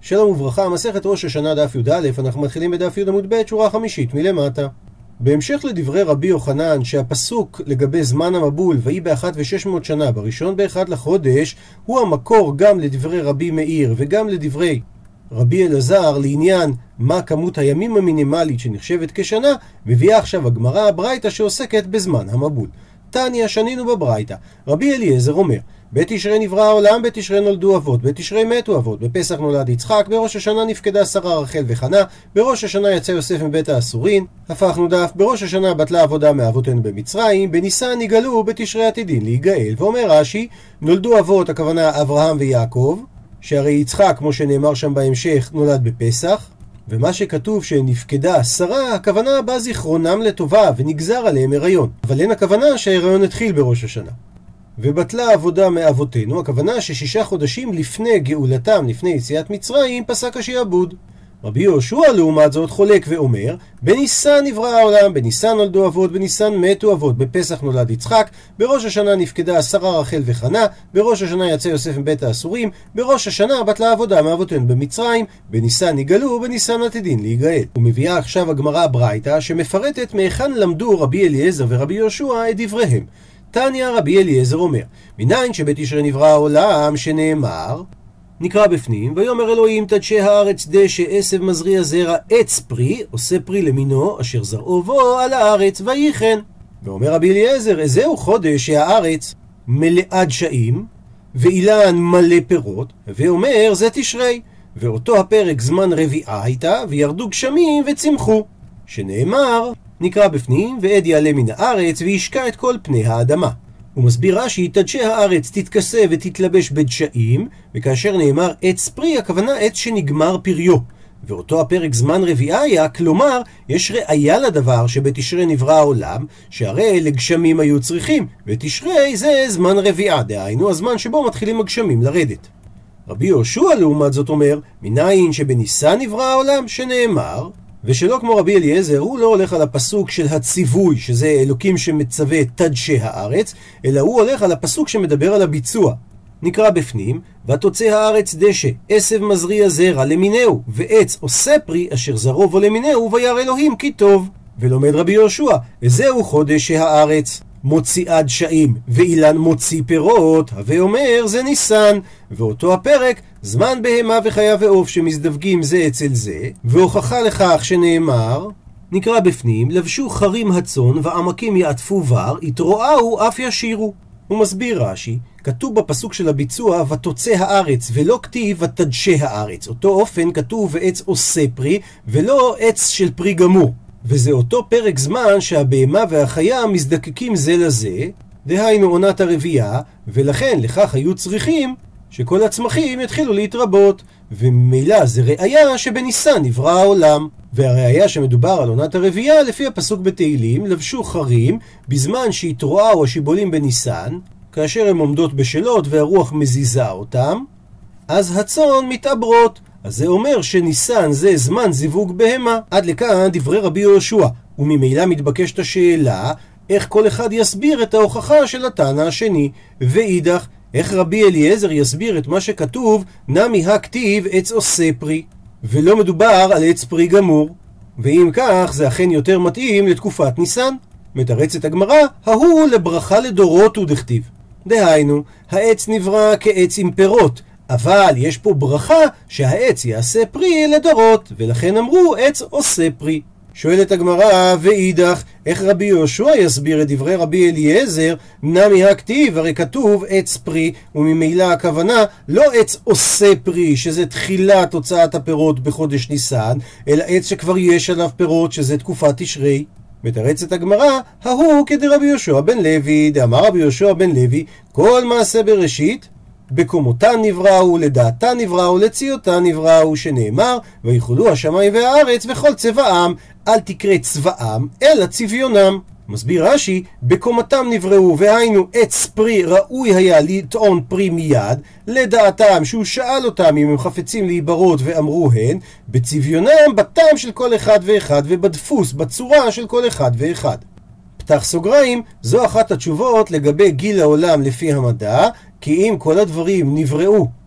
שלום וברכה, מסכת ראש השנה דף י"א, אנחנו מתחילים בדף י' עמוד ב' שורה 5 מלמטה. בהמשך לדברי רבי יוחנן שהפסוק לגבי זמן המבול ויהי ב1,600 שנה בראשון ב1 לחודש הוא המקור גם לדברי רבי מאיר וגם לדברי רבי אלעזר לעניין מה כמות הימים המינימלית שנחשבת כשנה, מביאה עכשיו הגמרא הברייתא שעוסקת בזמן המבול. תניא, שנינו בברייתא, רבי אליעזר אומר: בתשרי נברא העולם, בתשרי נולדו אבות, בתשרי מתו אבות, בפסח נולד יצחק, בראש השנה נפקדה שרה רחל וחנה, בראש השנה יצא יוסף מבית האסורים, הפכנו דף, בראש השנה בטלה עבודה מאבותינו במצרים, בניסן נגאלו, בתשרי עתידין להיגאל. ואומר רש"י, נולדו אבות, הכוונה אברהם ויעקב, שהרי יצחק, כמו שנאמר שם בהמשך, נולד בפסח, ומה שכתוב שנפקדה שרה, הכוונה בא זיכרונם לטובה ונגזר עליהם הריון, אבל אין הכוונה שההריון התחיל בראש השנה. ובטלה עבודה מאבותינו, הכוונה ש6 חודשים לפני גאולתם, לפני יציאת מצרים, פסק השעבוד. רבי יהושע לעומת זאת חולק ואומר: בניסן נברא העולם, בניסן נולדו אבות, בניסן מתו אבות, בפסח נולד יצחק, בראש השנה נפקדה שרה רחל וחנה, בראש השנה יצא יוסף מבית האסורים, בראש השנה בטלה עבודה מאבותינו במצרים, בניסן נגאלו, בניסן עתידין להיגאל. ומביאה עכשיו הגמרא הברייתא שמפרטת מהיכן למדו רבי אליעזר ורבי יהושע את דבריהם. תניא, רבי אליעזר אומר: מניין שבתשרי נברא העולם, שנאמר, נקרא בפנים, ויאמר אלוהים תדשא הארץ דשא עשב מזריע זרע עץ פרי, עושה פרי למינו אשר זרעו בו על הארץ, ויהי כן. ואומר רבי אליעזר: זהו חודש שהארץ מלאה דשאים ואילן מלא פירות, ואומר זה תשרי, ואותו הפרק זמן רביעה הייתה, וירדו גשמים וצמחו, שנאמר, נקרא בפנים, ועד יעלה מן הארץ וישקע את כל פני האדמה. הוא מסביר רש"י, תדשא הארץ תתכסה ותתלבש בדשאים, וכאשר נאמר עץ פרי, הכוונה עץ שנגמר פריו. ואותו הפרק זמן רביעה היה, כלומר יש ראיה לדבר שבתשרי נברא העולם, שהרי לגשמים היו צריכים, ותשרי זה זמן רביעה, דהיינו הזמן שבו מתחילים הגשמים לרדת. רבי יהושע לעומת זאת אומר: מניין שבניסן נברא העולם, שנאמר, ושלא כמו רבי אליעזר, הוא לא הולך על הפסוק של הציווי, שזה אלוקים שמצווה תדשא הארץ, אלא הוא הולך על הפסוק שמדבר על הביצוע. נקרא בפנים, ותוצא הארץ דשא, עשב מזריע זרע למינהו, ועץ עושה פרי אשר זרעו בו למינהו, וירא אלוהים כי טוב. ולומד רבי יהושע: וזהו חודש שהארץ מוציאה דשאים ואילן מוציא פירות, ואומר זה ניסן, ואותו הפרק זמן בהמה וחיה ועוף שמזדווגים זה אצל זה, והוכחה לכך שנאמר, נקרא בפנים, לבשו חרים הצאן ועמקים יעטפו בר, יתרועעו אף ישירו. הוא מסביר רש"י, כתוב בפסוק של הביצוע ותוצא הארץ, ולא כתיב ותדשא הארץ. אותו אופן כתוב ועץ עושה פרי, ולא עץ של פרי גמור. וזה אותו פרק זמן שהבהמה והחיה מזדקקים זה לזה, דהיינו עונת הרבייה, ולכן לכך היו צריכים שכל הצמחים יתחילו להתרבות, וממילא זה ראיה שבניסן נברא העולם. והראיה שמדובר על עונת הרבייה לפי הפסוק בתהילים, לבשו חרים בזמן שהתרועעו השיבולים בניסן, כאשר הן עומדות בשלות והרוח מזיזה אותם, אז הצאן מתעברות. אז זה אומר שניסן זה זמן זיווג בהמה. עד לכאן דברי רבי יהושע, וממילא מתבקשת השאלה איך כל אחד יסביר את ההוכחה של התנא השני, ואידך איך רבי אליעזר יסביר את מה שכתוב נמי הכתיב עץ עושה פרי, ולא מדובר על עץ פרי גמור. ואם כך זה אכן יותר מתאים לתקופת ניסן. מתרצת הגמרא, ההוא לברכה לדורות הוא דכתיב, דהיינו העץ נברא כעץ עם פירות, אבל יש פה ברכה שהעץ יעשה פרי לדורות, ולכן אמרו עץ עושה פרי. שואלת הגמרא, ואידך איך רבי יהושע יסביר את דברי רבי אליעזר נמי הכתיב, הרי כתוב עץ פרי, וממילא הכוונה לא עץ עושה פרי שזה תחילת הוצאת הפירות בחודש ניסן, אלא עץ שכבר יש עליו פירות שזה תקופת תשרי. מתרצת הגמרא, ההוא כדרבי יהושע בן לוי, דאמר רבי יהושע בן לוי, כל מעשה בראשית בקומותן נבראו, לדעתן נבראו, לציותן נבראו, שנאמר ויחולו השמיים והארץ וכל צבאם, אל תקרא צבאם אלא צביונם. מסביר רש"י, בקומתם נבראו, והיינו עץ פרי ראוי היה לטעון פרי מיד, לדעתם שהוא שאל אותם אם הם חפצים להיברות ואמרו הן, בצביונם בטעם של כל אחד ואחד ובדפוס בצורה של כל אחד ואחד. פתח סוגריים, זו אחת התשובות לגבי גיל העולם לפי המדע, כי אם כל הדברים נבראו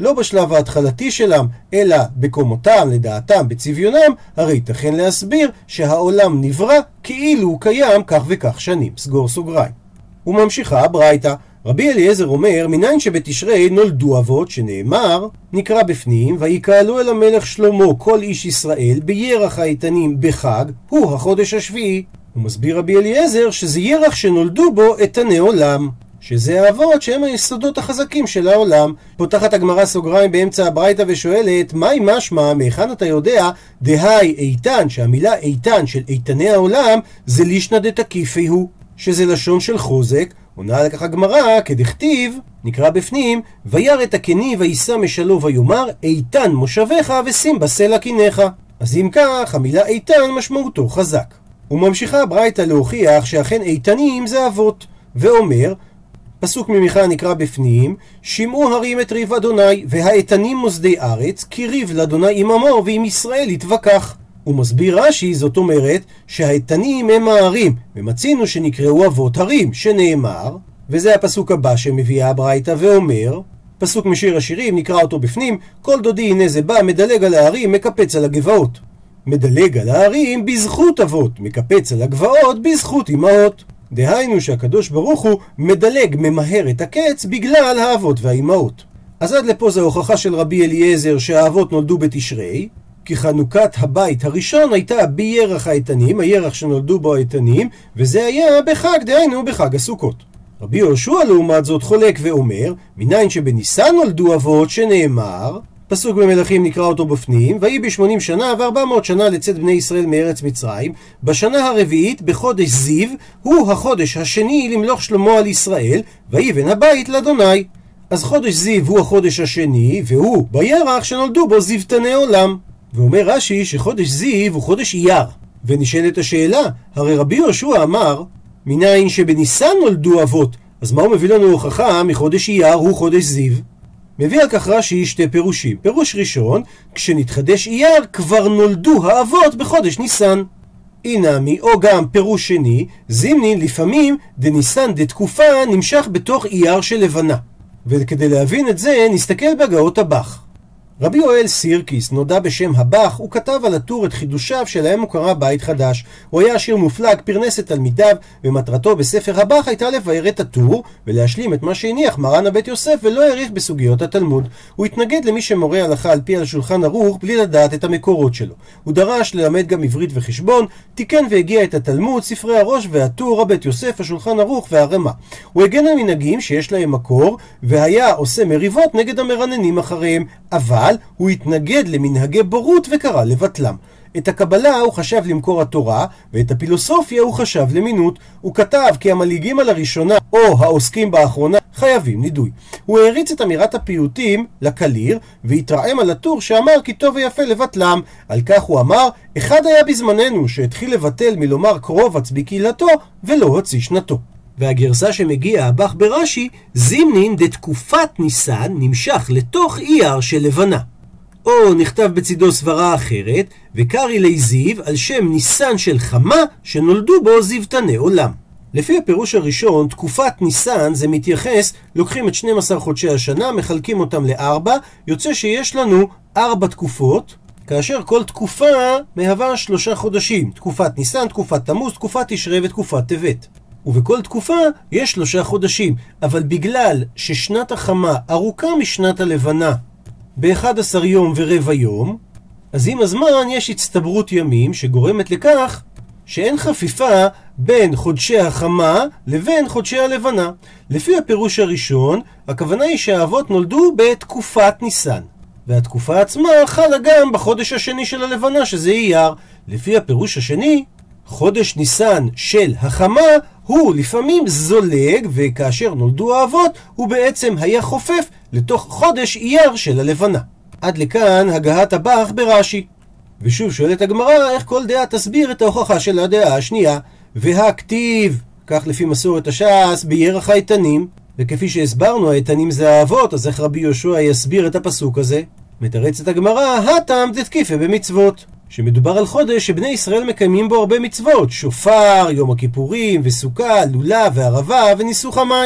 לא בשלב ההתחלתי שלהם, אלא בקומותם, לדעתם, בצביונם, הרי ייתכן להסביר שהעולם נברא כאילו הוא קיים כך וכך שנים. סגור סוגריים. וממשיכה הברייתא. רבי אליעזר אומר, מניין שבתשרי נולדו אבות, שנאמר, נקרא בפנים, ויקהלו אל המלך שלמה כל איש ישראל בירח האיתנים בחג, הוא החודש השביעי. הוא מסביר רבי אליעזר שזה ירח שנולדו בו איתני עולם, שזה האבות שהם היסודות החזקים של העולם. פותחת הגמרא סוגריים באמצע הברייתא ושואלת, מהי משמע, מהיכן אתה יודע, דהי איתן, שהמילה איתן של איתני העולם זה לישנא דתקיפי הוא, שזה לשון של חוזק. עונה על כך הגמרא, כדכתיב, נקרא בפנים, וירא את הקני ויישא משלו ויאמר, איתן מושבך ושים בסלע קיניך. אז אם כך, המילה איתן משמעותו חזק. וממשיכה הברייתא להוכיח שאכן איתנים זה אבות, ואומר, פסוק ממיכה נקרא בפנים, שמעו הרים את ריב אדוני, והאיתנים מוסדי ארץ, כי ריב לאדוני עם עמו ועם ישראל יתווכח. הוא מסביר רש"י, זאת אומרת שהאיתנים הם ההרים, ומצינו שנקראו אבות הרים, שנאמר, וזה הפסוק הבא שמביאה הברייתא ואומר, פסוק משיר השירים, נקרא אותו בפנים, כל דודי הנה זה בא, מדלג על ההרים, מקפץ על הגבעות. מדלג על ההרים בזכות אבות, מקפץ על הגבעות בזכות אמהות. דהיינו שהקדוש ברוך הוא מדלג, ממהר את הקץ בגלל האבות והאימהות. אז עד לפה זו הוכחה של רבי אליעזר שהאבות נולדו בתשרי, כי חנוכת הבית הראשון הייתה בירח האיתנים, הירח שנולדו בו האיתנים, וזה היה בחג, דהיינו בחג הסוכות. רבי יהושע לעומת זאת חולק ואומר, מניין שבניסן נולדו אבות, שנאמר, פסוק במלכים נקרא אותו בפנים, ויהי ב80 שנה ו400 שנה לצאת בני ישראל מארץ מצרים, בשנה הרביעית בחודש זיו, הוא החודש השני למלוך שלמה על ישראל, ויבן הבית לאדוני. אז חודש זיו הוא החודש השני, והוא בירח שנולדו בו זיוותני עולם. ואומר רש"י שחודש זיו הוא חודש אייר. ונשאלת השאלה, הרי רבי יהושע אמר, מניין שבניסן נולדו אבות, אז מה הוא מביא לנו הוכחה מחודש אייר הוא חודש זיו? מביא על כך רש"י שתי פירושים. פירוש ראשון, כשנתחדש אייר כבר נולדו האבות בחודש ניסן. אינמי, או גם פירוש שני, זימנין לפעמים דניסן דתקופה נמשך בתוך אייר של לבנה. וכדי להבין את זה נסתכל בהגאות הבח. רבי יואל סירקיס, נודע בשם הבח, הוא כתב על הטור את חידושיו שלהם הוא קרא בית חדש. הוא היה עשיר מופלג, פרנס את תלמידיו, ומטרתו בספר הבח הייתה לבאר את הטור ולהשלים את מה שהניח מרן הבית יוסף ולא העריך בסוגיות התלמוד. הוא התנגד למי שמורה הלכה על פי על שולחן ערוך בלי לדעת את המקורות שלו. הוא דרש ללמד גם עברית וחשבון, תיקן והגיע את התלמוד, ספרי הראש והטור, הבית יוסף, השולחן ערוך והרמה. הוא הגן על מנהגים שיש להם מקור והיה עושה מריבות נגד המרננים אחריהם, אבל הוא התנגד למנהגי בורות וקרא לבטלם. את הקבלה הוא חשב למקור התורה, ואת הפילוסופיה הוא חשב למינות. הוא כתב כי המלעיגים על הראשונה או העוסקים באחרונה חייבים נידוי. הוא העריץ את אמירת הפיוטים לקליר, והתרעם על הטור שאמר כי טוב ויפה לבטלם. על כך הוא אמר, אחד היה בזמננו שהתחיל לבטל מלומר קרובץ בקהילתו ולא הוציא שנתו. והגרסה שמגיע הבח ברש"י, זימנין דתקופת ניסן נמשך לתוך אייר של לבנה. או נכתב בצידו סברה אחרת, וקרי לי זיו על שם ניסן של חמה שנולדו בו זיוותני עולם. לפי הפירוש הראשון, תקופת ניסן זה מתייחס, לוקחים את 12 חודשי השנה, מחלקים אותם ל4, יוצא שיש לנו 4 תקופות, כאשר כל תקופה מהווה 3 חודשים, תקופת ניסן, תקופת תמוז, תקופת תשרי ותקופת טבת. ובכל תקופה יש 3 חודשים, אבל בגלל ששנת החמה ארוכה משנת הלבנה ב11 יום ורבע יום, אז עם הזמן יש הצטברות ימים שגורמת לכך שאין חפיפה בין חודשי החמה לבין חודשי הלבנה. לפי הפירוש הראשון, הכוונה היא שהאבות נולדו בתקופת ניסן, והתקופה עצמה חלה גם בחודש השני של הלבנה שזה אייר. לפי הפירוש השני, חודש ניסן של החמה הוא לפעמים זולג, וכאשר נולדו האבות הוא בעצם היה חופף לתוך חודש אייר של הלבנה. עד לכאן הגהת הבח ברש"י. ושוב שואלת הגמרא, איך כל דעה תסביר את ההוכחה של הדעה השנייה? והכתיב, כך לפי מסורת הש"ס, בירח האיתנים, וכפי שהסברנו האיתנים זה האבות, אז איך רבי יהושע יסביר את הפסוק הזה? מתרצת הגמרא, הטעם דתקיפה במצוות, שמדובר על חודש שבני ישראל מקיימים בו הרבה מצוות, שופר, יום הכיפורים וסוכה, לולה וערבה וניסוך המים.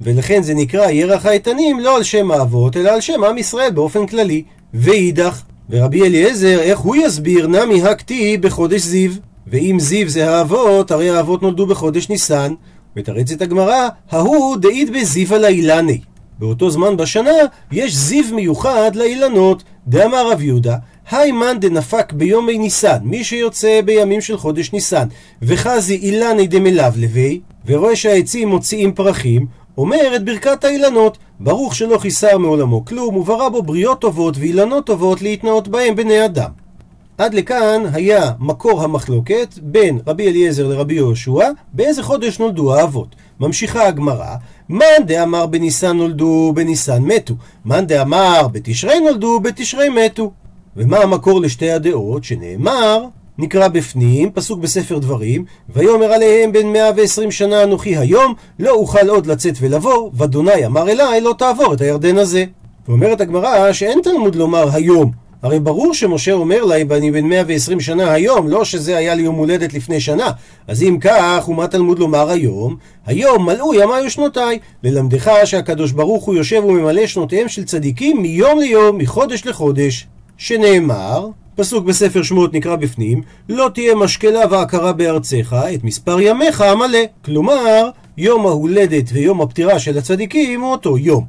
ולכן זה נקרא ירח האיתנים לא על שם האבות, אלא על שם עם ישראל באופן כללי. ואידך, ורבי אליעזר, איך הוא יסביר נמי הכתיב בחודש זיו? ואם זיו זה האבות, הרי האבות נולדו בחודש ניסן. מתרצת הגמרא, ההוא דאית בזיו על האילני. באותו זמן בשנה יש זיו מיוחד לאילנות. דאמר רב יהודה, היימן דנפק ביומי ניסן, מי שיוצא בימים של חודש ניסן, וחזי אילני דמלבלבי, ורואה שהעצים מוציאים פרחים, אומר את ברכת האילנות, ברוך שלא חיסר מעולמו כלום, וברא בו בריות טובות ואילנות טובות להתנאות בהם בני אדם. עד לכאן היה מקור המחלוקת בין רבי אליעזר לרבי יהושע, באיזה חודש נולדו האבות. ממשיכה הגמרא, מאן דאמר בניסן נולדו, בניסן מתו. מאן דאמר בתשרי נולדו, בתשרי מתו. ומה המקור לשתי הדעות? שנאמר, נקרא בפנים, פסוק בספר דברים, ויאמר עליהם בן 120 שנה אנוכי היום, לא אוכל עוד לצאת ולבוא, ואדוני אמר אליי לא תעבור את הירדן הזה. ואומרת הגמרא שאין תלמוד לומר היום. הרי ברור שמשה אומר להם, אני בן 120 שנה היום, לא שזה היה לי יום הולדת לפני שנה. אז אם כך, ומה תלמוד לומר היום? היום מלאו ימיי ושנותיי, ללמדך שהקדוש ברוך הוא יושב וממלא שנותיהם של צדיקים מיום ליום, מחודש לחודש. שנאמר, פסוק בספר שמות נקרא בפנים, לא תהיה משקלה והכרה בארצך, את מספר ימיך המלא. כלומר, יום ההולדת ויום הפטירה של הצדיקים הוא אותו יום.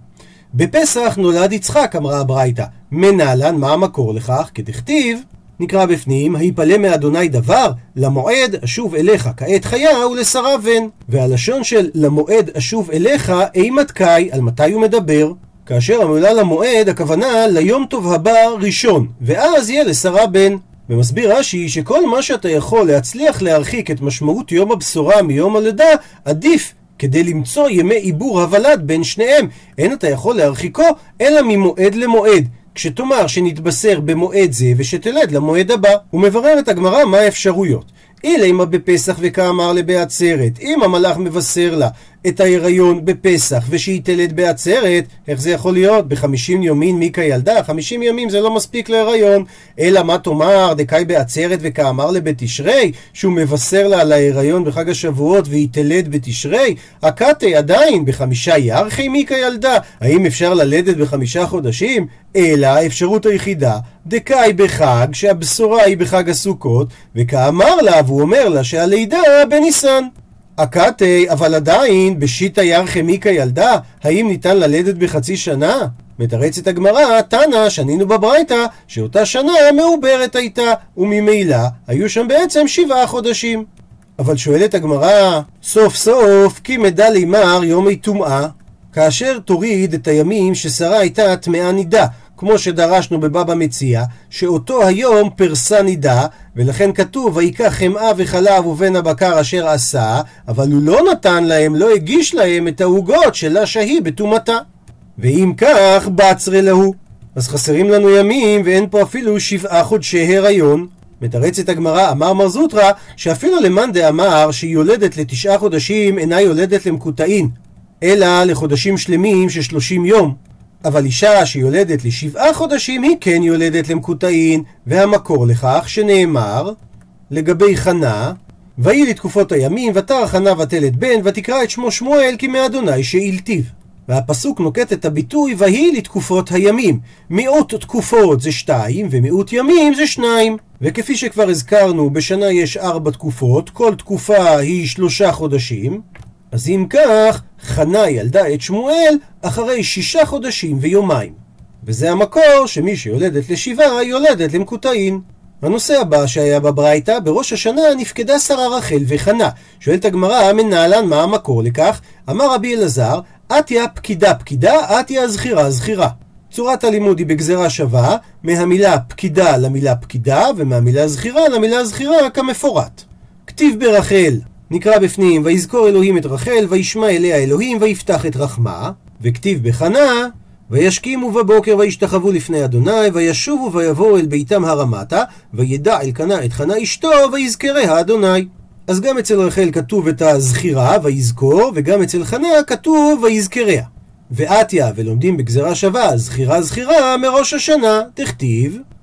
בפסח נולד יצחק, אמרה הברייתא. מנהלן, מה המקור לכך? כדכתיב, נקרא בפנים, היפלא מאדוני דבר, למועד אשוב אליך כעת חיה ולשרה בן. והלשון של למועד אשוב אליך אימת קאי, על מתי הוא מדבר? כאשר המילה למועד, הכוונה ליום טוב הבא ראשון, ואז יהיה לשרה בן. ומסביר רש"י שכל מה שאתה יכול להצליח להרחיק את משמעות יום הבשורה מיום הלידה, עדיף, כדי למצוא ימי עיבור הוולד בין שניהם. אין אתה יכול להרחיקו אלא ממועד למועד, כשתאמר שנתבשר במועד זה ושתלד למועד הבא. הוא מברר את הגמרא מה האפשרויות. אילימה בפסח וכאמר לבעצרת, אם המלאך מבשר לה את ההיריון בפסח ושהיא תלד בעצרת, איך זה יכול להיות? ב50 יומין מי כילדה? 50 ימים זה לא מספיק להיריון. אלא מה תאמר דקאי בעצרת וכאמר לבתשרי, שהוא מבשר לה על ההיריון בחג השבועות והיא תלד בתשרי? הקטי עדיין ב5 ירחי מי כילדה? האם אפשר ללדת ב5 חודשים? אלא האפשרות היחידה דקאי בחג שהבשורה היא בחג הסוכות, וכאמר לה והוא אומר לה שהלידה בניסן. הקטי, אבל עדיין בשיטה ירחי מי כילדה, האם ניתן ללדת בחצי שנה? מתרצת הגמרא, תנא שנינו בברייתא שאותה שנה מעוברת הייתה, וממילא היו שם בעצם 7 חודשים. אבל שואלת הגמרא, סוף סוף כי מדע לימר יומי טומאה, כאשר תוריד את הימים ששרה הייתה טמאה נידה, כמו שדרשנו בבבא מציע, שאותו היום פרסה נידה, ולכן כתוב ויקח חמאה וחלב ובן הבקר אשר עשה, אבל הוא לא נתן להם, לא הגיש להם את העוגות שלה שהיא בטומאתה. ואם כך בצרי להו, אז חסרים לנו ימים ואין פה אפילו 7 חודשי הריון. מתרצת הגמרא, אמר מר זוטרא, שאפילו למאן דאמר שהיא יולדת ל9 חודשים אינה יולדת למקוטעין, אלא לחודשים שלמים של 30 יום. אבל אישה שיולדת ל7 חודשים היא כן יולדת למקוטעין, והמקור לכך שנאמר לגבי חנה, ויהי לתקופות הימים ותר חנה ותלד בן ותקרא את שמו שמואל כי מאדוני שאילתיו. והפסוק נוקט את הביטוי ויהי לתקופות הימים. מיעוט תקופות זה 2 ומיעוט ימים זה 2. וכפי שכבר הזכרנו, בשנה יש 4 תקופות, כל תקופה היא 3 חודשים. אז אם כך, חנה ילדה את שמואל אחרי 6 חודשים ויומיים. וזה המקור שמי שיולדת ל7 יולדת למקוטעין. הנושא הבא שהיה בברייתא, בראש השנה נפקדה שרה רחל וחנה. שואלת הגמרא, מנהלן מה המקור לכך? אמר רבי אלעזר, אתיה פקידה פקידה, אתיה זכירה זכירה. צורת הלימוד היא בגזרה שווה, מהמילה פקידה למילה פקידה, ומהמילה זכירה למילה זכירה כמפורט. כתיב ברחל, נקרא בפנים, ויזכור אלוהים את רחל, וישמע אליה אלוהים, ויפתח את רחמה. וכתיב בחנה, וישכימו בבוקר וישתחוו לפני אדוני, וישובו ויבואו אל ביתם הרמתה, וידע אלקנה את חנה אשתו, ויזכריה אדוני. אז גם אצל רחל כתוב את הזכירה, ויזכור, וגם אצל חנה כתוב ויזכריה. ואתיה, ולומדים בגזרה שווה, זכירה זכירה מראש השנה, תכתיב,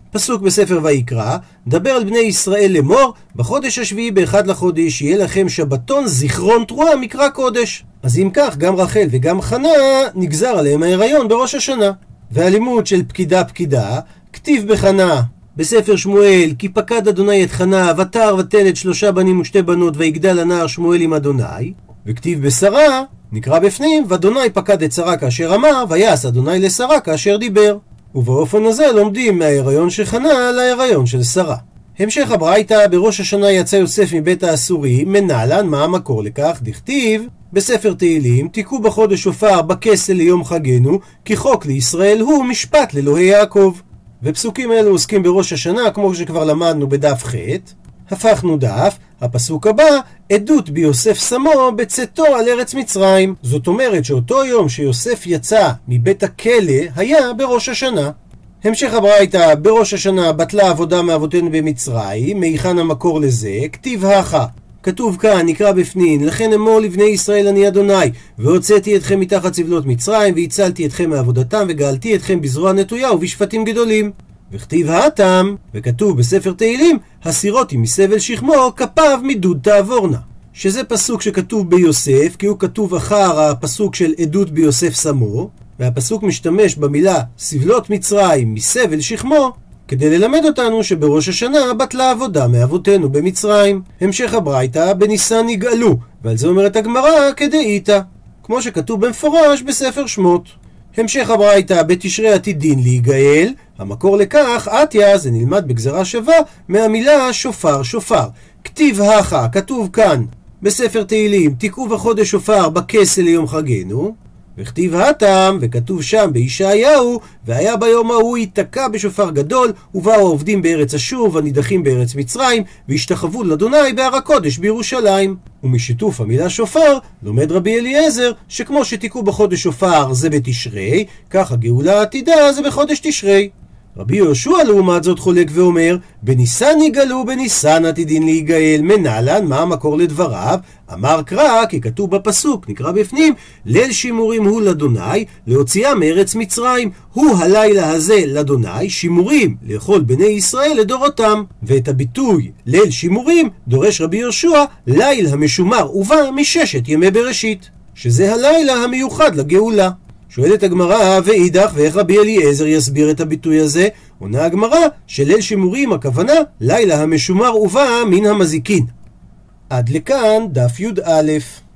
פסוק בספר ויקרא, דבר על בני ישראל לאמור, בחודש השביעי באחד לחודש יהיה לכם שבתון זיכרון תרועה מקרא קודש. אז אם כך, גם רחל וגם חנה נגזר עליהם ההיריון בראש השנה. והלימוד של פקידה, כתיב בחנה בספר שמואל, כי פקד אדוני את חנה, ותר ותלד 3 בנים ו2 בנות, ויגדל הנער שמואל עם אדוני. וכתיב בשרה, נקרא בפנים, ואדוני פקד את שרה כאשר אמר, ויעש אדוני לשרה כאשר דיבר. ובאופן הזה לומדים מההיריון של חנה להיריון של שרה. המשך הברייתא, בראש השנה יצא יוסף מבית האסורים, מנהלן, מה המקור לכך? דכתיב בספר תהילים, תיקו בחודש שופר בכסל ליום חגנו, כי חוק לישראל הוא משפט לאלוהי יעקב. ופסוקים אלו עוסקים בראש השנה, כמו שכבר למדנו בדף ח'. הפכנו דף, הפסוק הבא, עדות ביוסף סמו בצאתו על ארץ מצרים. זאת אומרת שאותו יום שיוסף יצא מבית הכלא היה בראש השנה. המשך הברייתא, בראש השנה בטלה עבודה מאבותינו במצרים, מהיכן המקור לזה? כתיב הכה. כתוב כאן, נקרא בפנים, לכן אמור לבני ישראל אני אדוני, והוצאתי אתכם מתחת סבלות מצרים, והצלתי אתכם מעבודתם, וגאלתי אתכם בזרוע נטויה ובשפטים גדולים. וכתיב האתם, וכתוב בספר תהילים, הסירותי מסבל שכמו, כפיו מדוד תעבורנה. שזה פסוק שכתוב ביוסף, כי הוא כתוב אחר הפסוק של עדות ביוסף סמו, והפסוק משתמש במילה סבלות מצרים מסבל שכמו, כדי ללמד אותנו שבראש השנה בטלה עבודה מאבותינו במצרים. המשך הברייתא, בניסן יגאלו, ועל זה אומרת הגמרא כדאיתא, כמו שכתוב במפורש בספר שמות. המשך הברייתא, בתשרי עתידין להיגאל, המקור לכך, עתיה, זה נלמד בגזרה שווה מהמילה שופר שופר. כתיב הכה, כתוב כאן בספר תהילים, תיקעו בחודש שופר בכסל ליום חגנו. וכתיב האתם, וכתוב שם בישעיהו, והיה ביום ההוא ייתקע בשופר גדול, ובאו העובדים בארץ אשור והנידחים בארץ מצרים, והשתחוו לאדוני בהר הקודש בירושלים. ומשיתוף המילה שופר לומד רבי אליעזר שכמו שתיקעו בחודש שופר זה בתשרי, כך הגאולה העתידה זה בחודש תשרי. רבי יהושע לעומת זאת חולק ואומר, בניסן יגאלו, בניסן עתידין להיגאל, מנהלן, מה המקור לדבריו? אמר קרא, כי כתוב בפסוק, נקרא בפנים, ליל שימורים הוא לאדוני, להוציאה מארץ מצרים, הוא הלילה הזה לאדוני, שימורים לאכול בני ישראל לדורותם. ואת הביטוי ליל שימורים דורש רבי יהושע, ליל המשומר ובא מששת ימי בראשית, שזה הלילה המיוחד לגאולה. שואלת הגמרא, ואידך, ואיך רבי אליעזר יסביר את הביטוי הזה? עונה הגמרא, שליל שימורים הכוונה לילה המשומר ובא מן המזיקין. עד לכאן דף י"א.